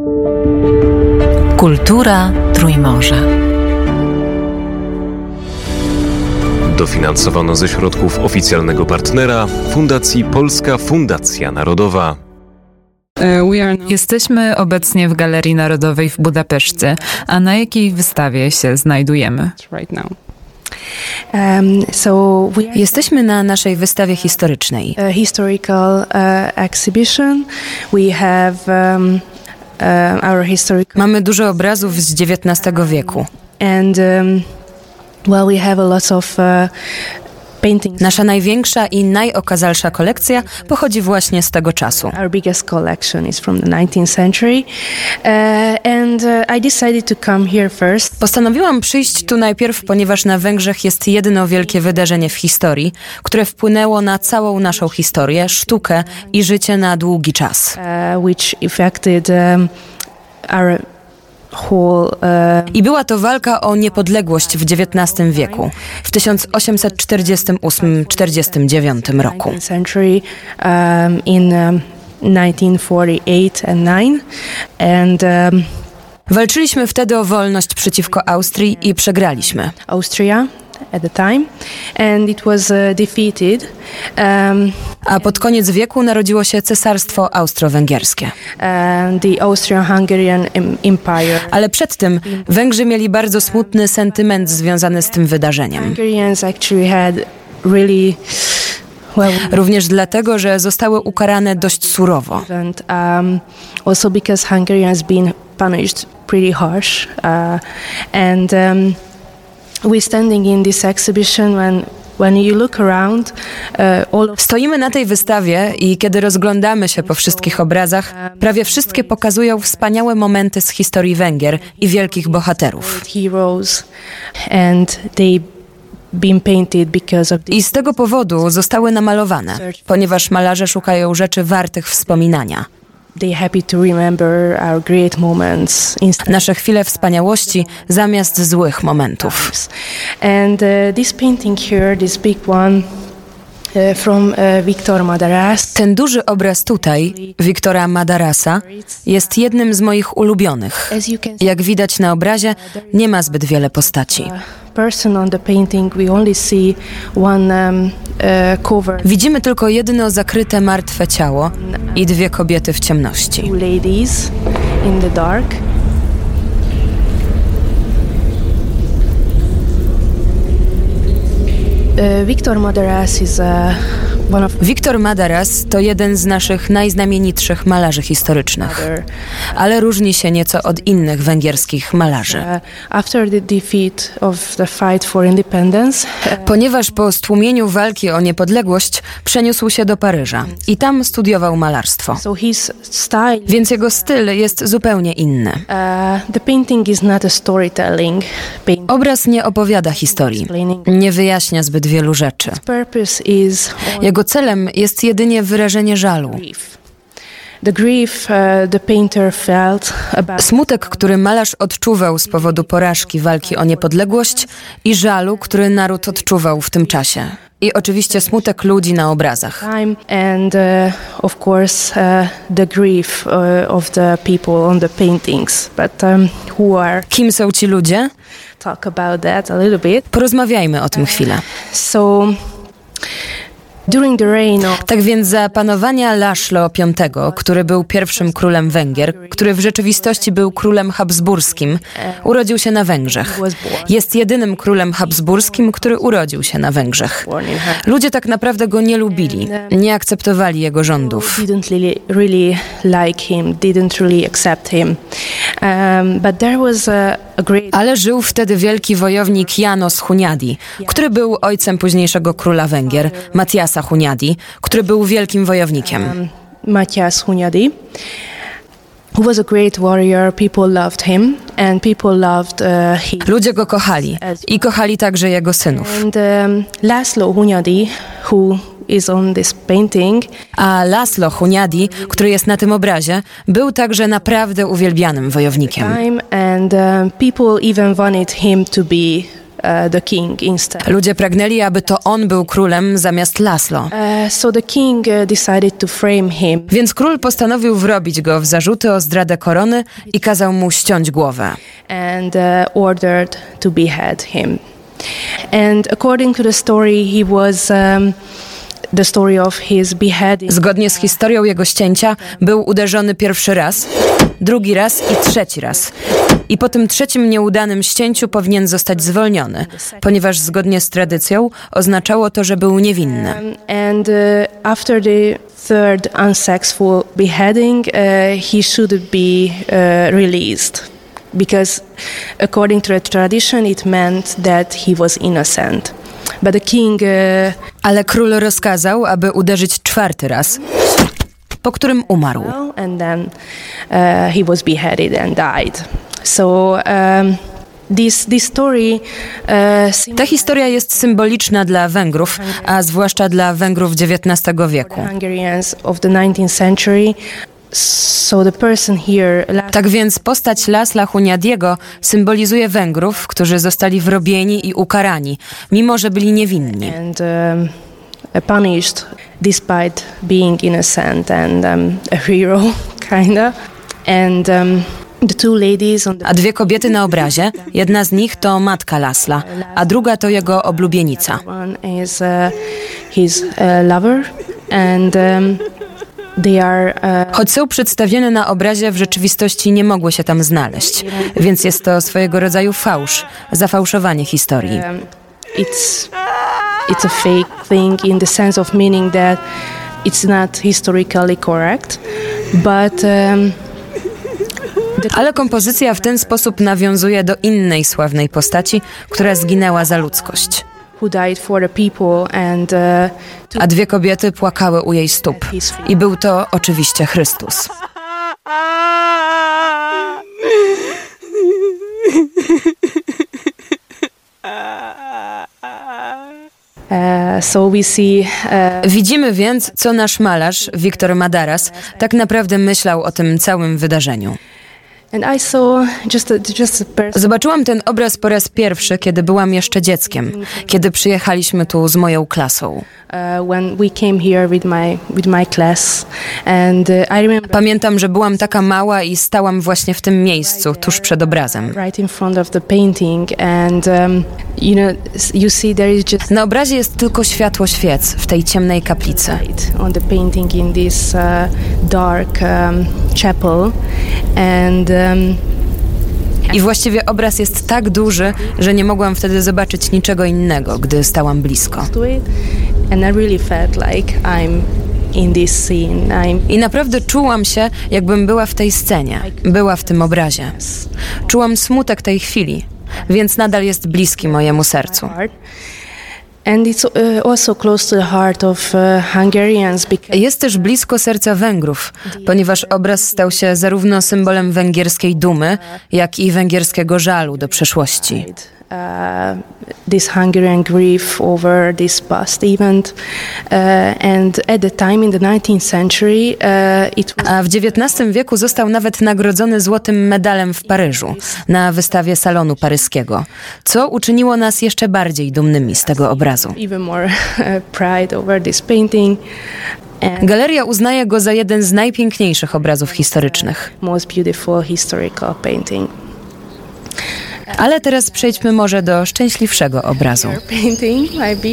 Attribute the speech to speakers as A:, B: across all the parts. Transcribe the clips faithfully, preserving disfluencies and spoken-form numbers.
A: Kultura Trójmorza.
B: Dofinansowano ze środków oficjalnego partnera Fundacji Polska Fundacja Narodowa.
C: Jesteśmy obecnie w Galerii Narodowej w Budapeszcie. A na jakiej wystawie się znajdujemy?
D: Jesteśmy na naszej wystawie historycznej.
E: Historical exhibition. We have our historical.
D: Mamy dużo obrazów z dziewiętnastego wieku.
E: And um, well, we have a lot of uh, paintings.
D: Nasza największa i najokazalsza kolekcja pochodzi właśnie z tego czasu.
E: Our biggest collection is from the nineteenth century. Uh, and uh, I decided to come here first.
D: Postanowiłam przyjść tu najpierw, ponieważ na Węgrzech jest jedno wielkie wydarzenie w historii, które wpłynęło na całą naszą historię, sztukę i życie na długi czas.
E: Uh, which affected um, our Whole, uh,
D: I była to walka o niepodległość w dziewiętnastym wieku, w tysiąc osiemset czterdziestym ósmym do czterdziestego dziewiątego roku.
E: Century, um, in um, nineteen forty-eight and nine, and um,
D: walczyliśmy wtedy o wolność przeciwko Austrii i przegraliśmy.
E: Austria at the time, and it was uh, defeated. Um,
D: A pod koniec wieku narodziło się Cesarstwo Austro-Węgierskie.
E: Uh, the Austro-Hungarian Empire.
D: Ale przed tym Węgrzy mieli bardzo smutny sentyment związany z tym wydarzeniem.
E: Hungarians actually had really well,
D: również dlatego, że zostały ukarane dość surowo.
E: And, um, also because Hungarians been punished pretty harsh, uh, and um, we're standing in this exhibition when When you look around, uh, all of...
D: Stoimy na tej wystawie i kiedy rozglądamy się po wszystkich obrazach, prawie wszystkie pokazują wspaniałe momenty z historii Węgier i wielkich bohaterów. I z tego powodu zostały namalowane, ponieważ malarze szukają rzeczy wartych wspominania. Nasze chwile wspaniałości zamiast złych momentów.
E: And uh, this painting here, this big one uh, from uh, Victor Madaras.
D: Ten duży obraz tutaj, Victora Madarasa, jest jednym z moich ulubionych. Jak widać na obrazie, nie ma zbyt wiele postaci.
E: Person on the painting, we only see one um, uh, cover.
D: Widzimy tylko jedno zakryte martwe ciało i dwie kobiety w ciemności.
E: Two ladies in the dark. Uh, Victor Madaras is a
D: Victor Madaras to jeden z naszych najznamienitszych malarzy historycznych, ale różni się nieco od innych węgierskich malarzy. Ponieważ po stłumieniu walki o niepodległość przeniósł się do Paryża i tam studiował malarstwo. Więc jego styl jest zupełnie inny. Obraz nie opowiada historii, nie wyjaśnia zbyt wielu rzeczy. Jego celem jest jedynie wyrażenie żalu. Smutek, który malarz odczuwał z powodu porażki walki o niepodległość i żalu, który naród odczuwał w tym czasie. I oczywiście smutek ludzi na obrazach.
E: And uh, of course uh, the grief uh, of the people on the paintings. But um, who are?
D: Kim są ci ludzie?
E: Talk about that a little bit.
D: Porozmawiajmy o tym chwilę.
E: So During the reign of...
D: Tak więc za panowania László piątego, który był pierwszym królem Węgier, który w rzeczywistości był królem habsburskim, urodził się na Węgrzech. Jest jedynym królem habsburskim, który urodził się na Węgrzech. Ludzie tak naprawdę go nie lubili, nie akceptowali jego rządów. Ale żył wtedy wielki wojownik János Hunyadi, który był ojcem późniejszego króla Węgier, Matyasa Hunyadi, który był wielkim wojownikiem.
E: Um, Matyas Hunyadi, who was a great warrior, people loved him and people loved uh, him.
D: Ludzie go kochali i kochali także jego synów.
E: And um, László Hunyadi, who is on this painting.
D: A László Hunyadi, który jest na tym obrazie, był także naprawdę uwielbianym wojownikiem.
E: And um, people even wanted him to be the king instead.
D: Ludzie pragnęli, aby to on był królem zamiast Laszlo.
E: Uh, so the king uh, decided to frame him.
D: Więc król postanowił wrobić go w zarzuty o zdradę korony i kazał mu ściąć głowę.
E: And uh, ordered to behead him. And according to the story, he was um, the story of his beheading.
D: Zgodnie z historią jego ścięcia był uderzony pierwszy raz, drugi raz i trzeci raz. I po tym trzecim nieudanym ścięciu powinien zostać zwolniony, ponieważ zgodnie z tradycją oznaczało to, że był niewinny.
E: Um, and uh, after the third unsuccessful beheading, uh, he should be uh, released. Because according to the tradition, it meant that he was innocent. But the king, uh,
D: Ale król rozkazał, aby uderzyć czwarty raz, po którym umarł.
E: and then uh, he was beheaded and died. So um, this this story. Uh,
D: Ta historia jest symboliczna dla Węgrów, a zwłaszcza dla Węgrów dziewiętnastego wieku.
E: Hungarians of the nineteenth century. So the person here.
D: Tak więc postać Laszla Hunyadiego symbolizuje Węgrów, którzy zostali wrobieni i ukarani, mimo że byli niewinni.
E: And um, punished despite being innocent and um, a hero, kinda. And um, the two ladies on the...
D: A dwie kobiety na obrazie, jedna z nich to matka Laszla, a druga to jego oblubienica.
E: One is uh, his uh, lover and um, they are... Uh,
D: Choć są przedstawione na obrazie, w rzeczywistości nie mogły się tam znaleźć, więc jest to swojego rodzaju fałsz, zafałszowanie historii.
E: um, it's it's a fake thing in the sense of meaning that it's not historically correct, but um,
D: Ale kompozycja w ten sposób nawiązuje do innej sławnej postaci, która zginęła za ludzkość.
E: who died for the people and uh,
D: A dwie kobiety płakały u jej stóp. I był to oczywiście Chrystus.
E: uh, so we see uh,
D: Widzimy więc, co nasz malarz, Victor Madaras, tak naprawdę myślał o tym całym wydarzeniu.
E: and I saw just a, just a person.
D: Zobaczyłam ten obraz po raz pierwszy, kiedy byłam jeszcze dzieckiem, kiedy przyjechaliśmy tu z moją klasą.
E: Uh, when we came here with my with my class, and uh, I remember
D: Pamiętam, że byłam taka mała i stałam właśnie w tym miejscu, tuż przed obrazem.
E: right in front of the painting, and um, you know, s- you see there is just
D: Na obrazie jest tylko światło świec w tej ciemnej kaplicy.
E: light on the painting in this uh, dark um, chapel, and um,
D: I właściwie obraz jest tak duży, że nie mogłam wtedy zobaczyć niczego innego, gdy stałam blisko.
E: to it, and I really felt like I'm in this scene. I'm
D: I naprawdę czułam się, jakbym była w tej scenie, była w tym obrazie. Czułam smutek tej chwili, więc nadal jest bliski mojemu sercu.
E: heart. And it's uh, also close to the heart of uh, Hungarians because
D: Jest też blisko serca Węgrów, ponieważ obraz stał się zarówno symbolem węgierskiej dumy, jak i węgierskiego żalu do przeszłości.
E: uh, this Hungarian grief over this past event, uh, and at the time in the nineteenth century, uh, it was
D: A w dziewiętnastym wieku został nawet nagrodzony złotym medalem w Paryżu na wystawie salonu paryskiego, co uczyniło nas jeszcze bardziej dumnymi z tego obrazu.
E: even more uh, pride over this painting. And
D: Galeria uznaje go za jeden z najpiękniejszych obrazów historycznych.
E: most beautiful historical painting.
D: Ale teraz przejdźmy może do szczęśliwszego obrazu.
E: Painting, maybe.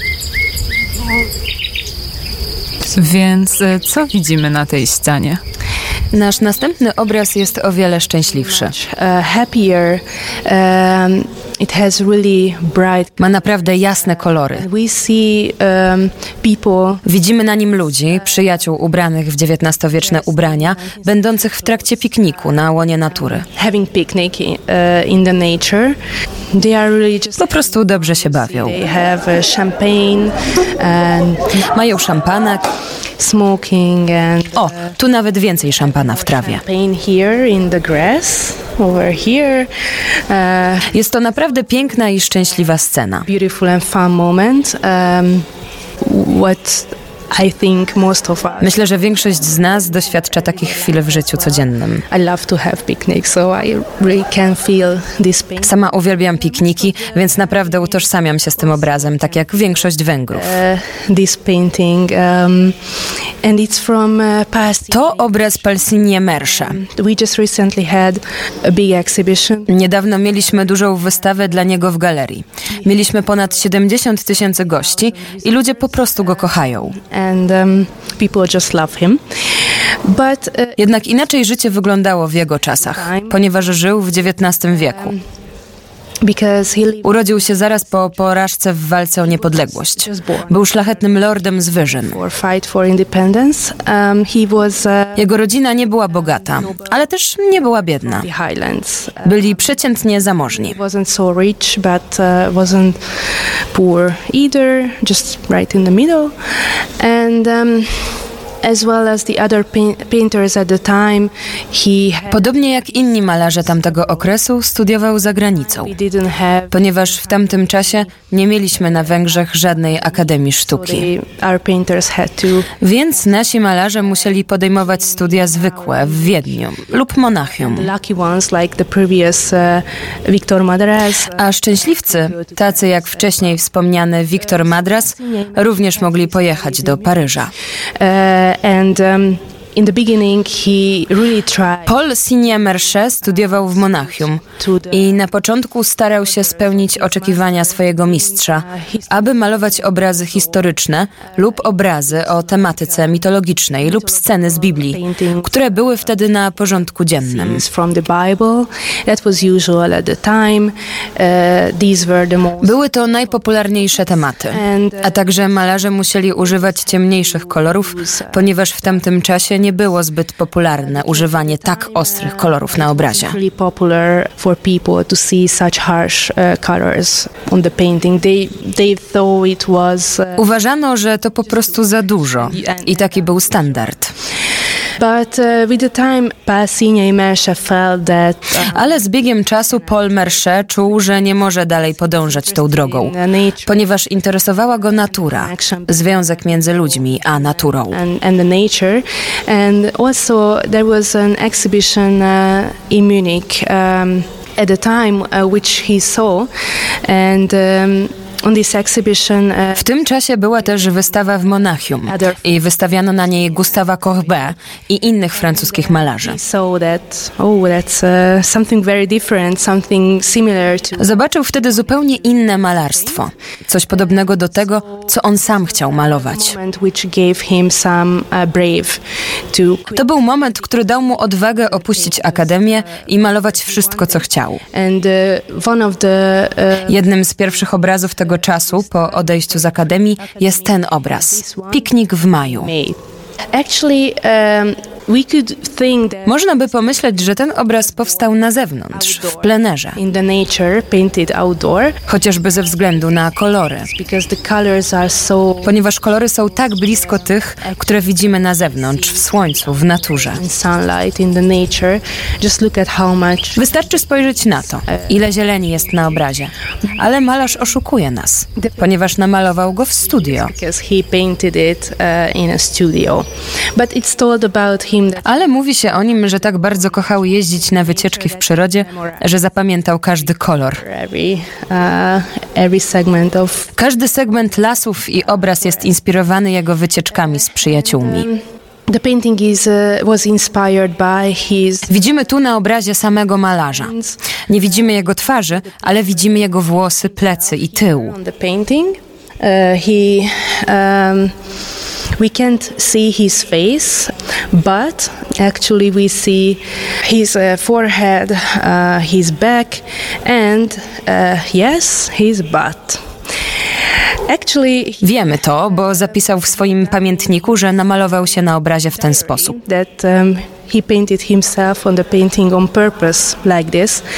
C: Więc y, co widzimy na tej ścianie?
D: Nasz następny obraz jest o wiele szczęśliwszy.
E: Uh, happier. Um, it has really bright.
D: Ma naprawdę jasne kolory.
E: We see um, people
D: Widzimy na nim ludzi, przyjaciół ubranych w dziewiętnastowieczne ubrania, będących w trakcie pikniku na łonie natury.
E: having picnic in, uh, in the nature. They are really just.
D: Po prostu dobrze się bawią.
E: They have uh, champagne and
D: Mają szampanek.
E: smoking and
D: O, tu nawet więcej szampana w trawie.
E: champagne here in the grass over here. Uh,
D: Jest to naprawdę piękna i szczęśliwa scena.
E: beautiful and fun moment. Um, what I think most of us.
D: Myślę, że większość z nas doświadcza takich chwil w życiu codziennym.
E: I love to have picnics, so I really can feel this pain.
D: Sama uwielbiam pikniki, więc naprawdę utożsamiam się z tym obrazem, tak jak większość Węgrów.
E: Uh, this painting, um, and it's from uh, past.
D: To obraz Palsinie Mersza.
E: We just recently had a big exhibition.
D: Niedawno mieliśmy dużą wystawę dla niego w galerii. Mieliśmy ponad siedemdziesiąt tysięcy gości i ludzie po prostu go kochają.
E: And um, people just love him. But, uh,
D: Jednak inaczej życie wyglądało w jego czasach, ponieważ żył w dziewiętnastym wieku.
E: because he lived
D: Urodził się zaraz po porażce w walce o niepodległość. Był szlachetnym lordem z Wyżyn.
E: for fight for independence. Um, he was uh,
D: Jego rodzina nie była bogata, ale też nie była biedna.
E: the Highlands. Uh,
D: Byli przeciętnie zamożni.
E: he wasn't so rich, but uh, wasn't poor either, just right in the middle. And um, as well as the other pain- painters at the time, he had,
D: Podobnie jak inni malarze tamtego okresu, studiował za granicą.
E: we didn't have,
D: Ponieważ w tamtym czasie nie mieliśmy na Węgrzech żadnej akademii sztuki.
E: they, our painters had to
D: Więc nasi malarze musieli podejmować studia zwykłe w Wiedniu lub Monachium.
E: the lucky ones like the previous uh, Victor Madras.
D: A szczęśliwcy, tacy jak wcześniej wspomniany Victor Madras, również mogli pojechać do Paryża.
E: Uh, and um, in the beginning he really tried
D: Paul Signé-Mercier studiował w Monachium i na początku starał się spełnić oczekiwania swojego mistrza, aby malować obrazy historyczne lub obrazy o tematyce mitologicznej lub sceny z Biblii, które były wtedy na porządku dziennym.
E: scenes from the Bible. That was usual at the time. Uh, these were the most
D: Były to najpopularniejsze tematy, a także malarze musieli używać ciemniejszych kolorów, ponieważ w tamtym czasie nie było zbyt popularne używanie tak ostrych kolorów na obrazie.
E: really popular for people to see such harsh uh, colors on the painting. They they thought it was uh,
D: Uważano, że to po prostu za dużo i taki był standard.
E: but uh, with the time Paul Signé-Mercier felt that uh,
D: Ale z biegiem czasu Paul Mercier czuł, że nie może dalej podążać tą drogą,
E: in nature
D: ponieważ interesowała go natura, związek między ludźmi a naturą.
E: and, and the nature, and also there was an exhibition uh, in Munich um, at the time uh, which he saw, and um, on this exhibition uh,
D: W tym czasie była też wystawa w Monachium i wystawiano na niej Gustawa Courbet i innych francuskich malarzy.
E: he saw that, oh, that's uh, something very different, something similar to
D: Zobaczył wtedy zupełnie inne malarstwo, coś podobnego do tego, co on sam chciał malować.
E: moment which gave him some uh, brave to quit.
D: To był moment, który dał mu odwagę opuścić akademię i malować wszystko, co chciał.
E: And uh, one of the uh,
D: Jednym z pierwszych obrazów tego czasu po odejściu z akademii jest ten obraz. Piknik w maju.
E: May. Actually, um, we could think that
D: Można by pomyśleć, że ten obraz powstał na zewnątrz, w plenerze,
E: in the nature, painted outdoor,
D: chociażby ze względu na kolory,
E: because the colors are so
D: ponieważ kolory są tak blisko tych, które widzimy na zewnątrz, w słońcu, w naturze.
E: in sunlight, in the nature. Just look at how much
D: Wystarczy spojrzeć na to, ile zieleni jest na obrazie. Ale malarz oszukuje nas, ponieważ namalował go w studio.
E: because he painted it uh, in a studio. But it's told about him that
D: Ale mówi się o nim, że tak bardzo kochał jeździć na wycieczki w przyrodzie, że zapamiętał każdy kolor.
E: every uh, every segment of
D: Każdy segment lasów i obraz jest inspirowany jego wycieczkami z przyjaciółmi.
E: the painting is uh, was inspired by his
D: Widzimy tu na obrazie samego malarza. Nie widzimy jego twarzy, ale widzimy jego włosy, plecy i tył.
E: on the painting. Uh, he um, we can't see his face, but actually we see his uh, forehead, uh, his back, and uh, yes, his butt. Actually, he
D: Wiemy to, bo zapisał w swoim pamiętniku, że namalował się na obrazie w ten sposób.
E: that um, he painted himself on the painting on purpose like this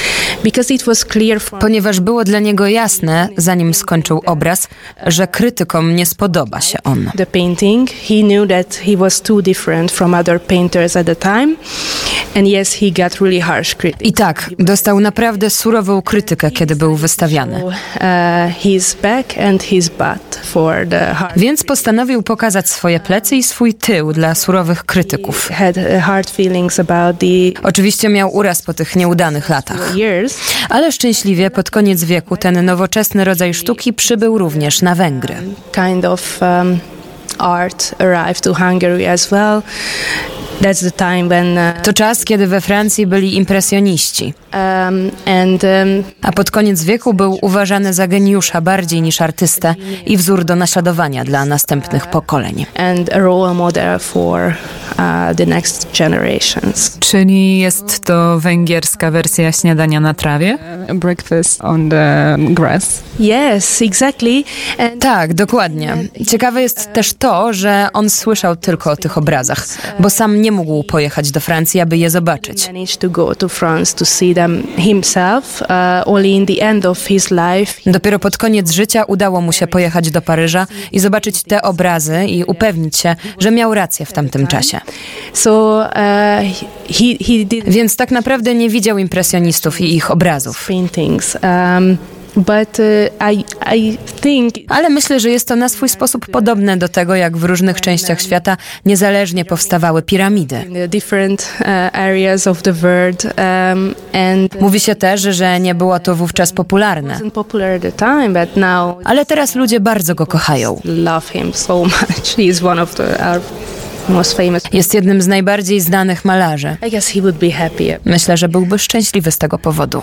E: because it was clear from
D: Ponieważ było dla niego jasne, zanim skończył obraz, że krytykom nie spodoba się on.
E: the painting. He knew that he was too different from other painters at the time. And yes, he got really harsh critics.
D: I tak, dostał naprawdę surową krytykę, kiedy był wystawiany.
E: So, uh, his back and his butt for the hard.
D: Więc postanowił pokazać swoje plecy i swój tył dla surowych krytyków.
E: Had uh, hard feelings about the
D: Oczywiście miał uraz po tych nieudanych latach.
E: years.
D: Ale szczęśliwie pod koniec wieku ten nowoczesny rodzaj sztuki przybył również na Węgry.
E: Kind of um, art arrived to Hungary as well. That's the time when uh,
D: To czas, kiedy we Francji byli impresjoniści,
E: um, and um,
D: a pod koniec wieku był uważany za geniusza bardziej niż artystę i wzór do naśladowania dla następnych pokoleń.
E: and a role model for uh, the next generations.
C: Czyli jest to węgierska wersja śniadania na trawie?
F: breakfast on the grass.
E: Yes, exactly. And
D: Tak, dokładnie. Ciekawe jest też to, że on słyszał tylko o tych obrazach, bo sam nie mógł pojechać do Francji, aby je zobaczyć.
E: managed to go to France to see them himself. Uh, only in the end of his life,
D: Dopiero pod koniec życia udało mu się pojechać do Paryża i zobaczyć te obrazy i upewnić się, że miał rację w tamtym czasie.
E: so uh, he he did
D: Więc tak naprawdę nie widział impresjonistów i ich obrazów.
E: paintings. Um, but uh, I I think
D: Ale myślę, że jest to na swój sposób podobne do tego, jak w różnych częściach świata niezależnie powstawały piramidy.
E: in the different uh, areas of the world, um, and
D: Mówi się też, że nie było to wówczas popularne.
E: wasn't popular at the time, but now
D: Ale teraz ludzie bardzo go kochają.
E: love him so much. He's one of the our most famous.
D: Jest jednym z najbardziej znanych malarzy.
E: I guess he would be happy.
D: Myślę, że byłby szczęśliwy z tego powodu.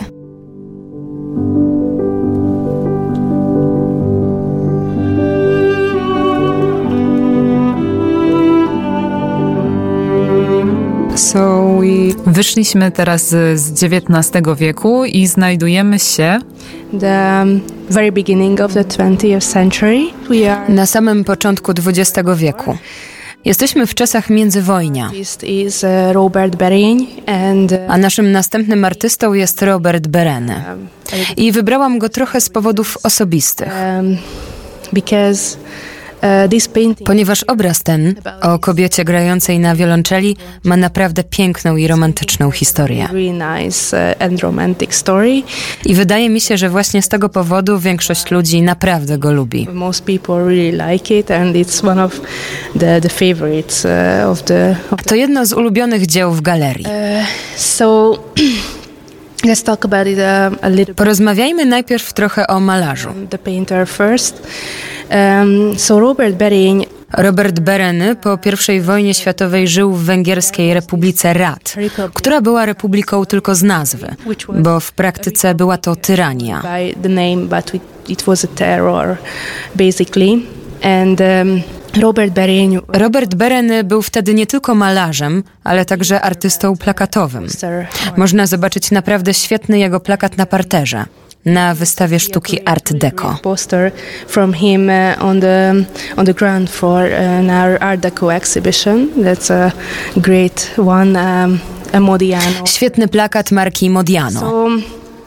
F: So we
C: Wyszliśmy teraz z z dziewiętnastego wieku i znajdujemy się
E: The um, very beginning of the twentieth century. We are.
D: Na samym początku dwudziestego wieku. Jesteśmy w czasach międzywojnia,
E: Artist is uh, Robert Berin, and uh,
D: a naszym następnym artystą jest Robert Bereny.
E: um,
D: I wybrałam go trochę z powodów osobistych,
E: um, because uh, this painting
D: ponieważ obraz ten o kobiecie grającej na wiolonczeli ma naprawdę piękną i romantyczną historię.
E: really nice uh, and romantic story.
D: I wydaje mi się, że właśnie z tego powodu większość ludzi naprawdę go lubi.
E: Most people really like it, and it's one of the the favorites uh, of the. Of
D: To jedno z ulubionych dzieł w galerii.
E: the so let's talk about it uh, a little.
D: Porozmawiajmy najpierw trochę o malarzu.
E: The painter first. Um, so Robert Berin.
D: Robert Bereny po pierwszej wojnie światowej żył w Węgierskiej Republice Rad, która była republiką tylko z nazwy, bo w praktyce była to tyrania.
E: By the name, but it, it was a terror, basically. And um, Robert Berin,
D: Robert Bereny był wtedy nie tylko malarzem, ale także artystą plakatowym. Można zobaczyć naprawdę świetny jego plakat na parterze, na wystawie sztuki Art Deco.
E: poster from him uh, on the on the ground floor uh, in our Art Deco exhibition. That's a great one, um, a Modiano.
D: Świetny plakat marki Modiano.
E: So, uh,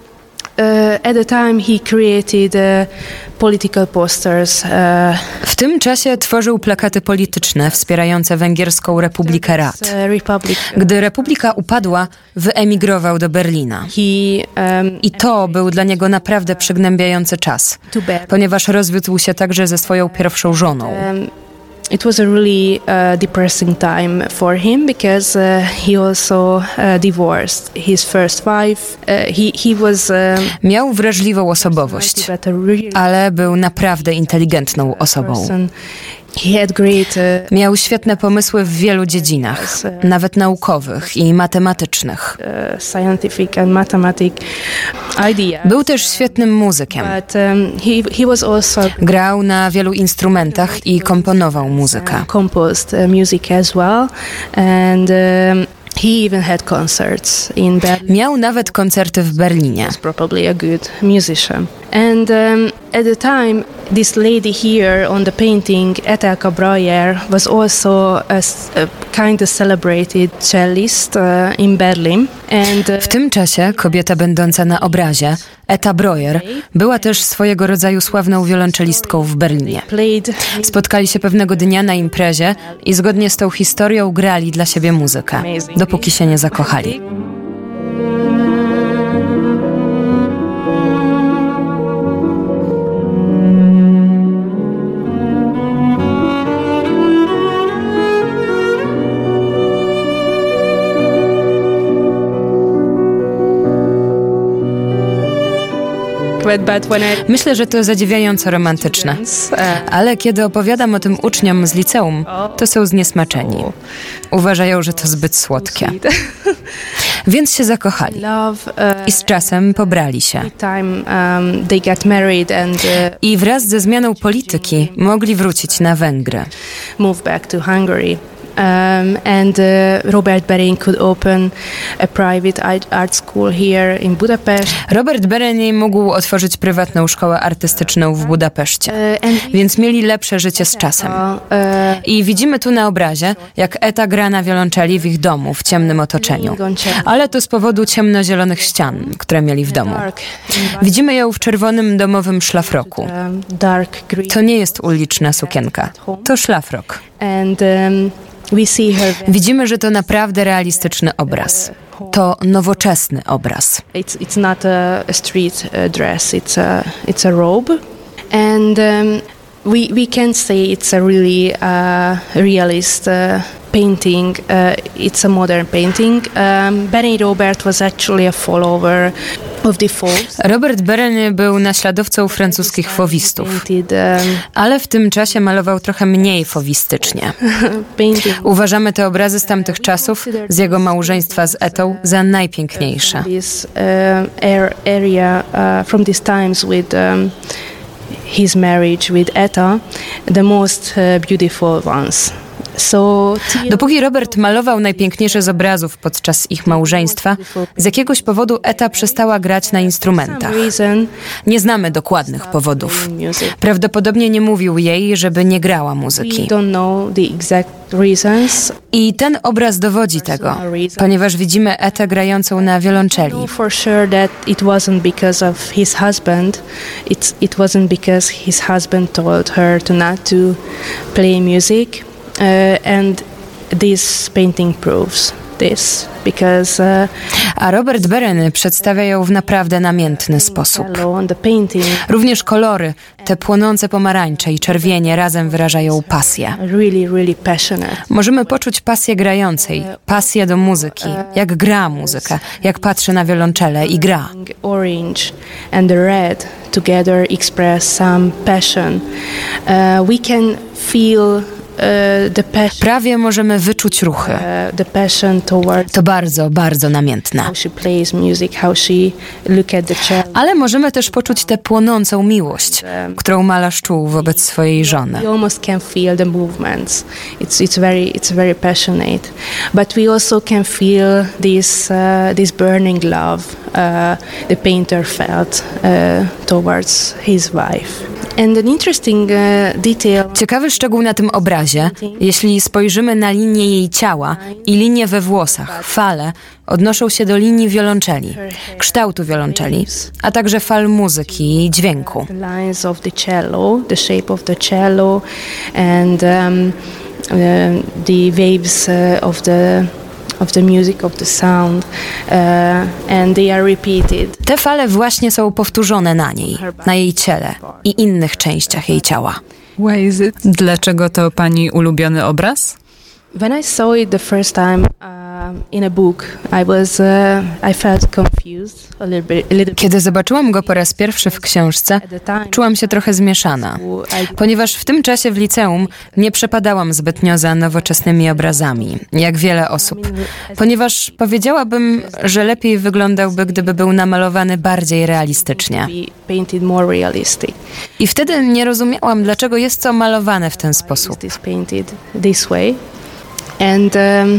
E: at the time he created uh, political posters. Uh,
D: W tym czasie tworzył plakaty polityczne wspierające Węgierską Republikę Rad.
E: uh, Republic.
D: Gdy Republika upadła, wyemigrował do Berlina.
E: He um,
D: I to był dla niego naprawdę przygnębiający czas,
E: too bad.
D: ponieważ rozwiódł się także ze swoją pierwszą żoną.
E: Um, it was a really uh, depressing time for him because uh, he also uh, divorced his first wife. Uh, he he was um,
D: Miał wrażliwą osobowość,
E: but a really
D: ale był naprawdę inteligentną osobą.
E: person. He had great uh,
D: Miał świetne pomysły w wielu dziedzinach, nawet naukowych i matematycznych.
E: uh, scientific and mathematic ideas.
D: Był też świetnym muzykiem.
E: But um, he he was also
D: Grał na wielu instrumentach i komponował muzykę.
E: composed uh, music as well, and um, he even had concerts in Berlin.
D: Miał nawet koncerty w Berlinie.
E: Was probably a good musician. And um, at the time, this lady here on the painting, Etelka Breuer, was also a, a kind of celebrated cellist uh, in Berlin. And, uh,
D: w tym czasie kobieta będąca na obrazie, Eta Breuer, była też swojego rodzaju sławną wiolonczelistką w Berlinie. Spotkali się pewnego dnia na imprezie i zgodnie z tą historią grali dla siebie muzykę, dopóki się nie zakochali. Myślę, że to zadziwiająco romantyczne. Ale kiedy opowiadam o tym uczniom z liceum, to są zniesmaczeni. Uważają, że to zbyt słodkie. Więc się zakochali. I z czasem pobrali się. I wraz ze zmianą polityki mogli wrócić na Węgry.
E: Move back to Hungary. Um, and uh, Robert Berény could open a private art school here in Budapest.
D: Robert Berény mógł otworzyć prywatną szkołę artystyczną w Budapeszcie, więc mieli lepsze życie z czasem. I widzimy tu na obrazie, jak Eta gra na wiolonczeli w ich domu, w ciemnym otoczeniu. Ale to z powodu ciemnozielonych ścian, które mieli w domu. Widzimy ją w czerwonym domowym szlafroku. To nie jest uliczna sukienka, to szlafrok.
E: And um, we see her.
D: Widzimy, że to naprawdę realistyczny obraz. To nowoczesny obraz.
E: It's it's not a, a street uh, dress. It's a it's a robe, and um, we we can say it's a really uh, realist uh, painting. Uh, it's a modern painting. Um, Berény Robert was actually a follower of the Fauves.
D: Robert Berény był naśladowcą francuskich fowistów, ale w tym czasie malował trochę mniej fowistycznie. Uważamy te obrazy z tamtych czasów, z jego małżeństwa z Etą, za najpiękniejsze.
E: From these times with um, his marriage with Etta, the most uh, beautiful ones.
D: Dopóki Robert malował najpiękniejsze z obrazów podczas ich małżeństwa, z jakiegoś powodu Eta przestała grać na instrumentach. Nie znamy dokładnych powodów. Prawdopodobnie nie mówił jej, żeby nie grała muzyki. I ten obraz dowodzi tego, ponieważ widzimy Etę grającą na wiolonczeli.
E: It wasn't because his husband told her to not to play music. Uh, and this painting proves this, because uh,
D: a Robert Berény przedstawia ją w naprawdę namiętny sposób. Również kolory, te płonące pomarańcze i czerwienie razem wyrażają pasję.
E: Really, really passionate.
D: Możemy poczuć pasję grającej, pasję do muzyki, jak gra muzykę, jak patrzy na wiolonczele i gra.
E: Orange and the red together express some passion. Uh, we can feel
D: Prawie możemy wyczuć ruchy. To bardzo, bardzo namiętne. Ale możemy też poczuć tę płonącą miłość, którą malarz czuł wobec swojej żony.
E: It's very, it's very passionate. But we also can feel this, uh, this burning love uh, the painter felt uh, towards his wife. And an interesting uh, detail.
D: Ciekawy szczegół na tym obrazie, jeśli spojrzymy na linię jej ciała i linię we włosach, fale, odnoszą się do linii wiolonczeli, kształtu wiolonczeli, a także fal muzyki i dźwięku.
E: The lines of the cello, the shape of the cello and um, uh, the waves uh, of the of the music, of the sound, uh, and they are repeated.
D: Te fale właśnie są powtórzone na niej, na jej ciele i innych częściach jej ciała.
F: Why is it?
C: Dlaczego to pani ulubiony obraz?
E: When I saw it the first time uh, in a book, I was uh, I felt confused a little bit. A little
D: Kiedy zobaczyłam go po raz pierwszy w książce, czułam się trochę zmieszana, ponieważ w tym czasie w liceum nie przepadałam zbytnio za nowoczesnymi obrazami, jak wiele osób, ponieważ powiedziałabym, że lepiej wyglądałby, gdyby był namalowany bardziej realistycznie.
E: painted more realistic.
D: I wtedy nie rozumiałam, dlaczego jest to malowane w ten sposób.
E: It is painted this way. And um,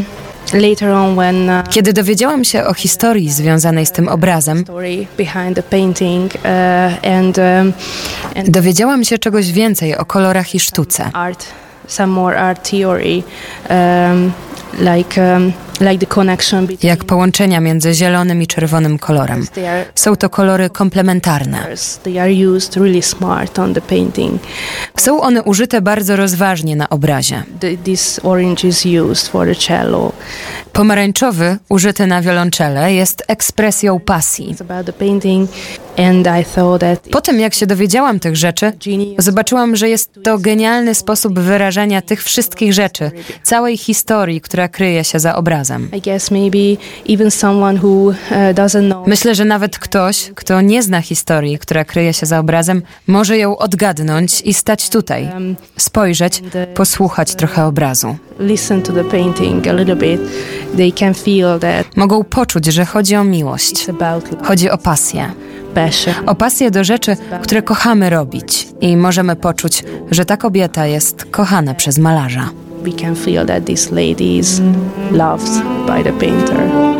E: later on when uh,
D: Kiedy dowiedziałam się o historii związanej z tym obrazem,
E: story behind the painting uh, and um, and
D: dowiedziałam się czegoś więcej o kolorach i sztuce.
E: art, some more art theory, um, like um, like the connection between
D: Jak połączenia między zielonym i czerwonym kolorem.
E: they are
D: Są to kolory komplementarne.
E: they are used really smart on the painting.
D: Są one użyte bardzo rozważnie na obrazie.
E: The, this orange is used for the cello.
D: Pomarańczowy, użyty na wiolonczele, jest ekspresją pasji.
E: It's about the painting, and I thought that
D: Po tym, jak się dowiedziałam tych rzeczy, zobaczyłam, że jest to genialny sposób wyrażania tych wszystkich rzeczy, całej historii, która kryje się za obrazem.
E: I guess maybe even someone who uh, doesn't know
D: Myślę, że nawet ktoś, kto nie zna historii, która kryje się za obrazem, może ją odgadnąć i stać tutaj, spojrzeć, posłuchać trochę obrazu.
E: listen to the painting a little bit, they can feel that
D: Mogą poczuć, że chodzi o miłość,
E: it's about love,
D: chodzi o pasję.
E: passion.
D: O pasję do rzeczy, które kochamy robić i możemy poczuć, że ta kobieta jest kochana przez malarza.
E: We can feel that this lady is loved by the painter.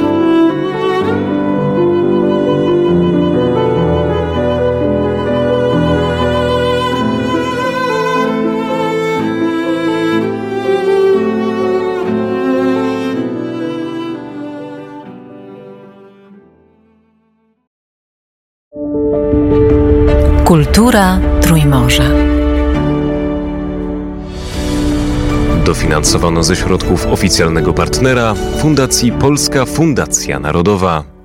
A: Kultura Trójmorza.
B: Dofinansowano ze środków oficjalnego partnera Fundacji Polska Fundacja Narodowa.